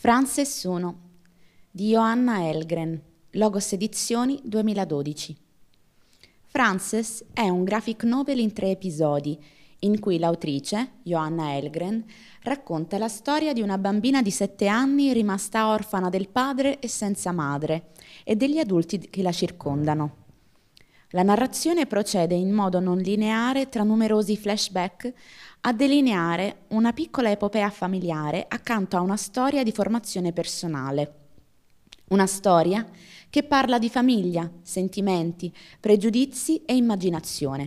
Frances 1 di Johanna Elgren, Logos Edizioni 2012. Frances è un graphic novel in 3 episodi, in cui l'autrice, Johanna Elgren, racconta la storia di una bambina di 7 anni rimasta orfana del padre e senza madre, e degli adulti che la circondano. La narrazione procede in modo non lineare tra numerosi flashback a delineare una piccola epopea familiare accanto a una storia di formazione personale. Una storia che parla di famiglia, sentimenti, pregiudizi e immaginazione.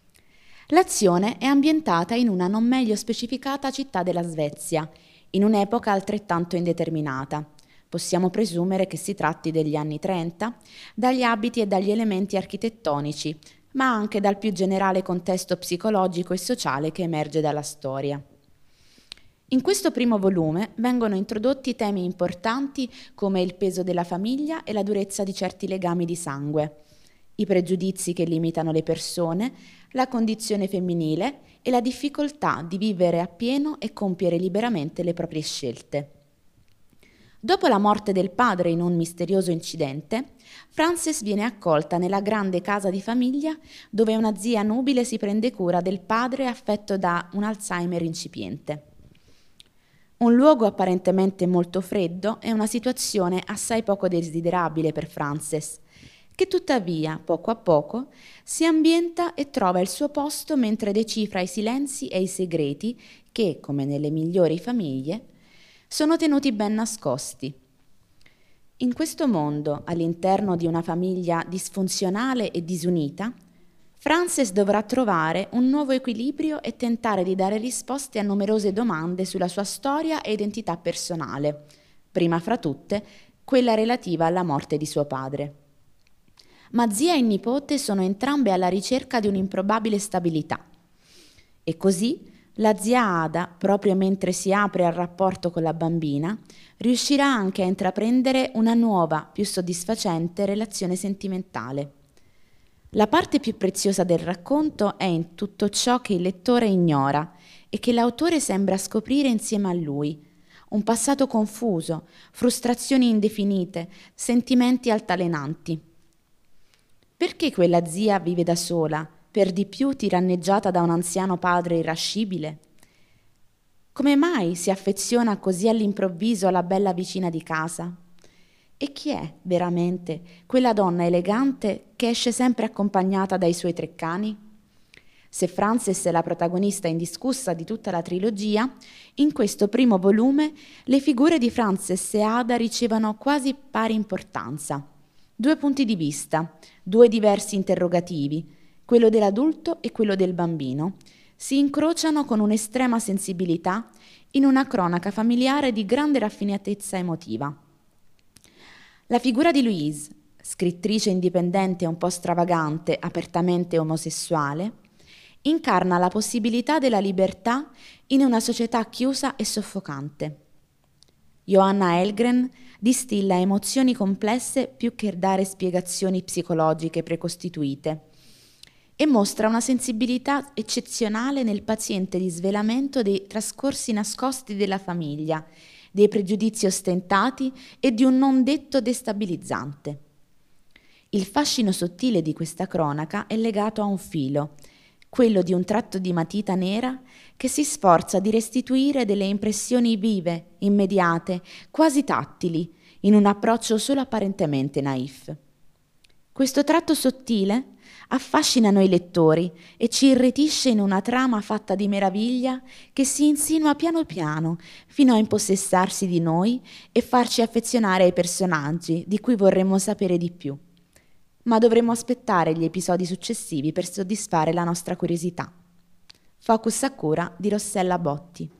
L'azione è ambientata in una non meglio specificata città della Svezia, in un'epoca altrettanto indeterminata. Possiamo presumere che si tratti degli anni 30, dagli abiti e dagli elementi architettonici, ma anche dal più generale contesto psicologico e sociale che emerge dalla storia. In questo primo volume vengono introdotti temi importanti come il peso della famiglia e la durezza di certi legami di sangue, i pregiudizi che limitano le persone, la condizione femminile e la difficoltà di vivere appieno e compiere liberamente le proprie scelte. Dopo la morte del padre in un misterioso incidente, Frances viene accolta nella grande casa di famiglia dove una zia nubile si prende cura del padre affetto da un Alzheimer incipiente. Un luogo apparentemente molto freddo è una situazione assai poco desiderabile per Frances, che tuttavia, poco a poco, si ambienta e trova il suo posto mentre decifra i silenzi e i segreti che, come nelle migliori famiglie, sono tenuti ben nascosti. In questo mondo, all'interno di una famiglia disfunzionale e disunita, Frances dovrà trovare un nuovo equilibrio e tentare di dare risposte a numerose domande sulla sua storia e identità personale, prima fra tutte quella relativa alla morte di suo padre. Ma zia e nipote sono entrambe alla ricerca di un'improbabile stabilità. E così la zia Ada, proprio mentre si apre al rapporto con la bambina, riuscirà anche a intraprendere una nuova, più soddisfacente relazione sentimentale. La parte più preziosa del racconto è in tutto ciò che il lettore ignora e che l'autore sembra scoprire insieme a lui. Un passato confuso, frustrazioni indefinite, sentimenti altalenanti. Perché quella zia vive da sola, per di più tiranneggiata da un anziano padre irascibile? Come mai si affeziona così all'improvviso alla bella vicina di casa? E chi è veramente quella donna elegante che esce sempre accompagnata dai suoi 3 cani? Se Frances è la protagonista indiscussa di tutta la trilogia, in questo primo volume le figure di Frances e Ada ricevono quasi pari importanza. 2 punti di vista, 2 diversi interrogativi, quello dell'adulto e quello del bambino, si incrociano con un'estrema sensibilità in una cronaca familiare di grande raffinatezza emotiva. La figura di Louise, scrittrice indipendente e un po' stravagante, apertamente omosessuale, incarna la possibilità della libertà in una società chiusa e soffocante. Johanna Elgren distilla emozioni complesse più che dare spiegazioni psicologiche precostituite e mostra una sensibilità eccezionale nel paziente disvelamento dei trascorsi nascosti della famiglia, dei pregiudizi ostentati e di un non detto destabilizzante. Il fascino sottile di questa cronaca è legato a un filo, quello di un tratto di matita nera che si sforza di restituire delle impressioni vive, immediate, quasi tattili, in un approccio solo apparentemente naif. Questo tratto sottile affascina noi lettori e ci irretisce in una trama fatta di meraviglia che si insinua piano piano fino a impossessarsi di noi e farci affezionare ai personaggi di cui vorremmo sapere di più. Ma dovremo aspettare gli episodi successivi per soddisfare la nostra curiosità. Focus a cura di Rossella Botti.